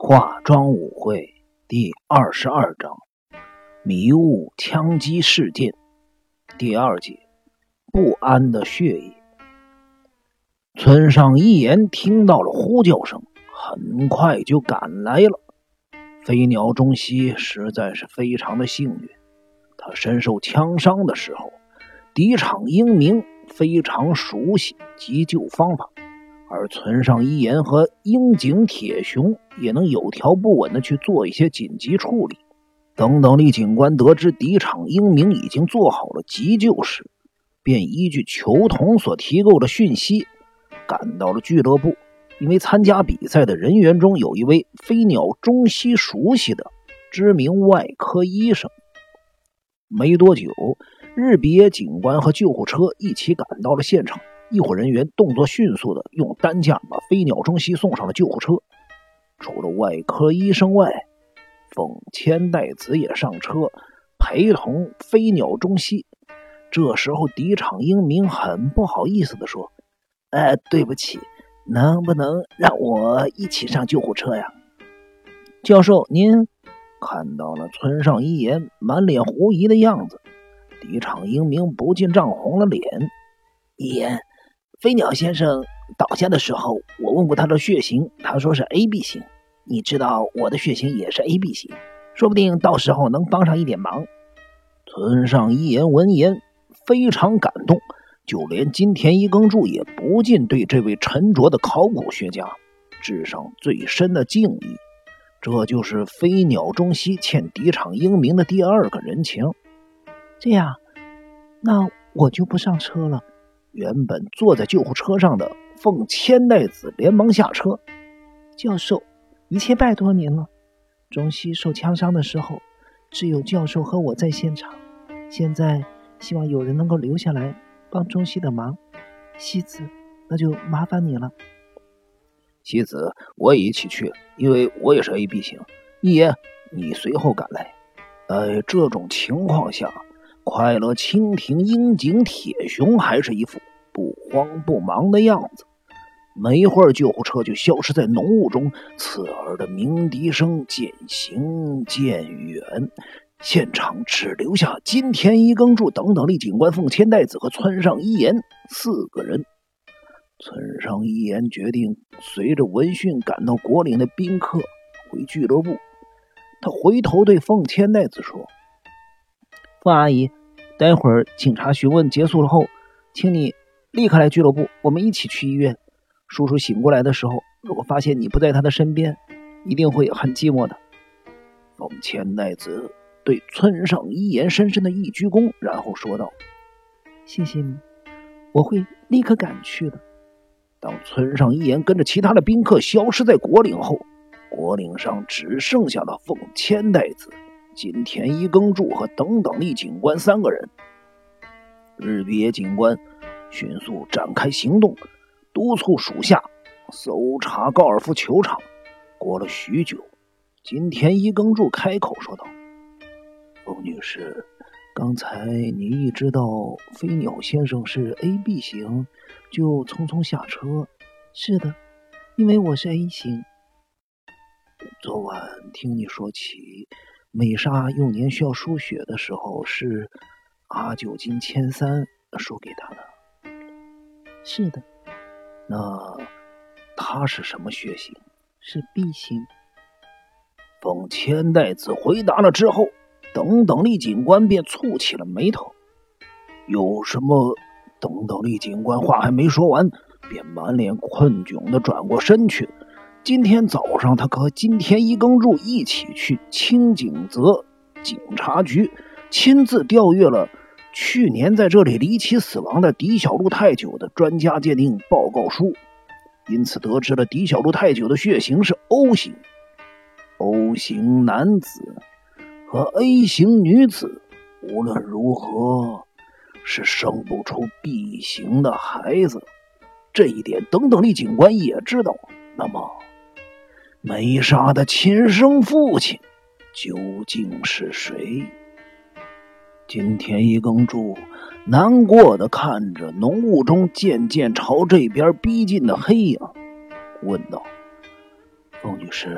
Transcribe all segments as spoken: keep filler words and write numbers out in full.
化妆舞会第二十二章迷雾枪击事件第二节不安的血液。村上一言听到了呼叫声，很快就赶来了。飞鸟中西实在是非常的幸运，他身受枪伤的时候，敌场英明非常熟悉急救方法，而村上一言和樱井铁雄也能有条不紊地去做一些紧急处理。等等力警官得知敌场英明已经做好了急救时，便依据球童所提供的讯息赶到了俱乐部。因为参加比赛的人员中有一位飞鸟中西熟悉的知名外科医生。没多久，日比野警官和救护车一起赶到了现场，医护人员动作迅速的用担架把飞鸟中西送上了救护车。除了外科医生外，凤千代子也上车陪同飞鸟中西。这时候敌场英明很不好意思的说，呃，对不起，能不能让我一起上救护车呀？教授，您看到了村上一言满脸狐疑的样子，敌场英明不禁涨红了脸。一言，飞鸟先生倒下的时候，我问过他的血型，他说是 A B 型。你知道我的血型也是 A B 型，说不定到时候能帮上一点忙。村上一言闻言非常感动，就连金田一耕助也不禁对这位沉着的考古学家致上最深的敬意。这就是飞鸟中西欠敌场英明的第二个人情。这样，那我就不上车了。原本坐在救护车上的凤千代子连忙下车。教授，一切拜托您了。中西受枪伤的时候，只有教授和我在现场。现在希望有人能够留下来帮中西的忙。西子，那就麻烦你了。西子，我也一起去，因为我也是 A B 型。一言，你随后赶来。呃，这种情况下，快乐蜻蜓樱井铁雄还是一副不慌不忙的样子。没一会儿，救护车就消失在浓雾中，刺耳的鸣笛声渐行渐远。现场只留下金田一耕助等等力警官凤千代子和村上一言四个人。村上一言决定随着闻讯赶到国岭的宾客回俱乐部。他回头对凤千代子说，凤阿姨，待会儿警察询问结束了后，请你立刻来俱乐部，我们一起去医院。叔叔醒过来的时候，如果发现你不在他的身边，一定会很寂寞的。凤千代子对村上一言深深的一鞠躬，然后说道，谢谢你，我会立刻赶去的。当村上一言跟着其他的宾客消失在国岭后，国岭上只剩下了凤千代子、金田一耕助和等等力警官三个人。日比野警官迅速展开行动，督促属下搜查高尔夫球场。过了许久，金田一耕助开口说道，凤女士，刚才你一知道飞鸟先生是 A B 型，就匆匆下车。是的，因为我是 A 型。昨晚听你说起美莎幼年需要输血的时候，是阿九金千三输给他的。是的。那他是什么血型？是 B 型。凤千代子回答了之后，等等力警官便蹙起了眉头。有什么？等等力警官话还没说完，便满脸困窘地转过身去。今天早上他和金田一耕助一起去清景泽警察局，亲自调阅了去年在这里离奇死亡的敌小路太久的专家鉴定报告书，因此得知了敌小路太久的血型是 O 型。O 型男子和 A 型女子无论如何是生不出 B 型的孩子，这一点等等力警官也知道。那么美莎的亲生父亲究竟是谁？金田一耕助难过地看着浓雾中渐渐朝这边逼近的黑影，问道，凤女士，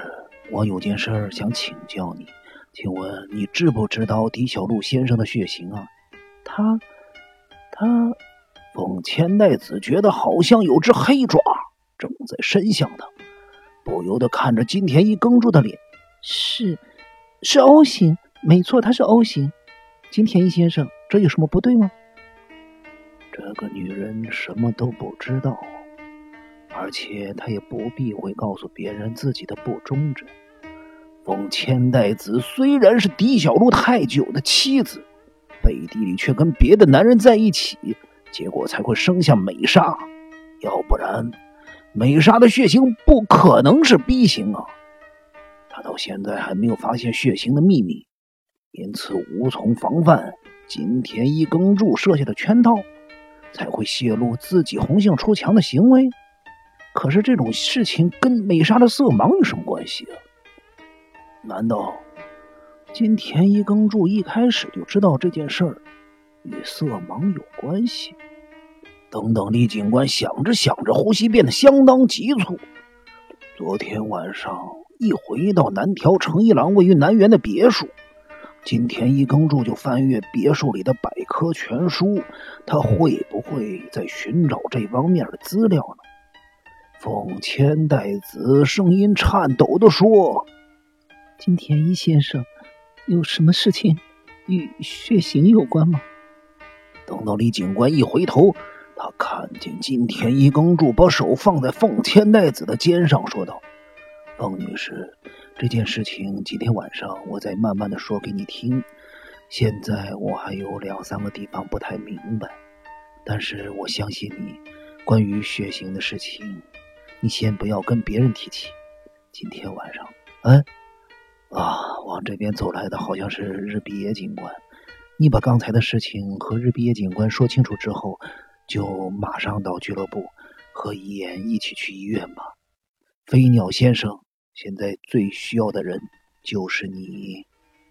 我有件事儿想请教你，请问你知不知道狄小璐先生的血型啊？他他凤千代子觉得好像有只黑爪正在伸向他，不由得看着金田一耕助的脸。 是是 O 型，没错，他是 O 型。金田一先生，这有什么不对吗？ 这个女人什么都不知道，而且她也不避讳告诉别人自己的不忠贞。凤千代子虽然是狄小璐太久的妻子，背地里却跟别的男人在一起，结果才会生下美莎，要不然美莎的血型不可能是 B 型啊。他到现在还没有发现血型的秘密，因此无从防范金田一耕助设下的圈套，才会泄露自己红杏出墙的行为。可是这种事情跟美莎的色盲有什么关系啊？难道金田一耕助一开始就知道这件事儿与色盲有关系？等等，李警官想着想着，呼吸变得相当急促。昨天晚上一回到南条诚一郎位于南园的别墅，金田一耕助就翻阅别墅里的百科全书，他会不会在寻找这方面的资料呢？凤千代子声音颤抖地说： 金田一先生，有什么事情与血型有关吗？ 等到李警官一回头，他看见金田一耕助把手放在凤千代子的肩上，说道：凤女士，这件事情今天晚上我再慢慢的说给你听，现在我还有两三个地方不太明白，但是我相信你，关于血型的事情你先不要跟别人提起。今天晚上哎啊，往这边走来的好像是日比野警官，你把刚才的事情和日比野警官说清楚之后，就马上到俱乐部和伊言一起去医院吧。飞鸟先生，现在最需要的人就是你。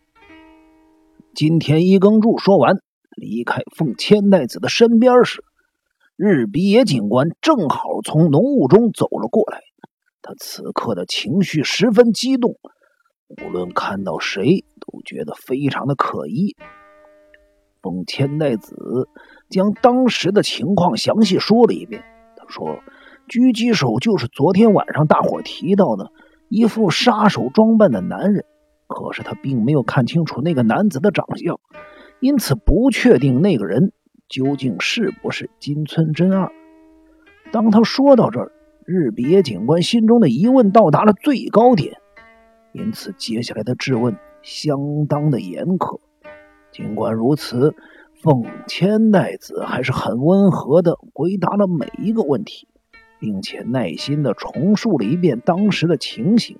金田一耕助说完，离开凤千代子的身边时，日比野警官正好从浓雾中走了过来。他此刻的情绪十分激动，无论看到谁都觉得非常的可疑。凤千代子将当时的情况详细说了一遍。他说，狙击手就是昨天晚上大伙提到的一副杀手装扮的男人，可是他并没有看清楚那个男子的长相，因此不确定那个人究竟是不是金村真二。当他说到这儿，日比野警官心中的疑问到达了最高点，因此接下来的质问相当的严苛。尽管如此，凤千代子还是很温和地回答了每一个问题，并且耐心地重述了一遍当时的情形。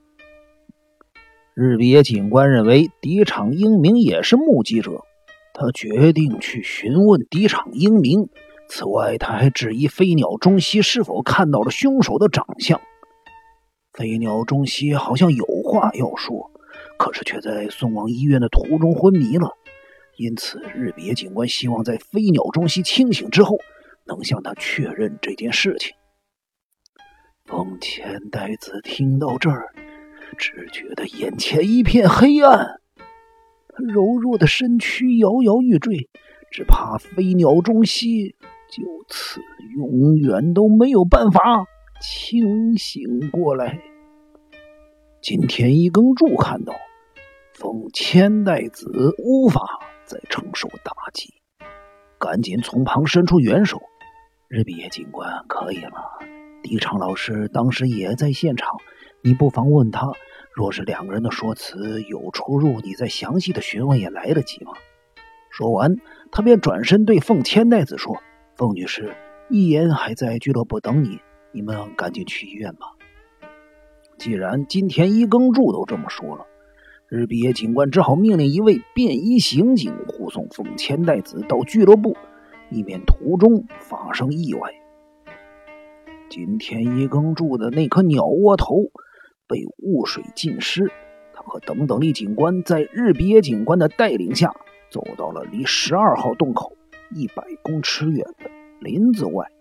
日比野警官认为敌场英明也是目击者，他决定去询问敌场英明。此外，他还质疑飞鸟中西是否看到了凶手的长相。飞鸟中西好像有话要说，可是却在送往医院的途中昏迷了。因此，日比野警官希望在飞鸟中西清醒之后，能向他确认这件事情。凤千代子听到这儿，只觉得眼前一片黑暗，他柔弱的身躯摇摇欲坠，只怕飞鸟中西就此永远都没有办法清醒过来。金田一耕助看到凤千代子无法再承受打击，赶紧从旁伸出援手。日比野警官，可以了，敌场老师当时也在现场，你不妨问他，若是两个人的说辞有出入，你再详细的询问也来得及嘛。说完，他便转身对凤千代子说，凤女士，一言还在俱乐部等你，你们赶紧去医院吧。既然金田一耕助都这么说了，日比野警官只好命令一位便衣刑警护送凤千代子到俱乐部，以免途中发生意外。金田一耕助的那颗鸟窝头被雾水浸湿，他和等等力警官在日比野警官的带领下，走到了离十二号洞口一百公尺远的林子外。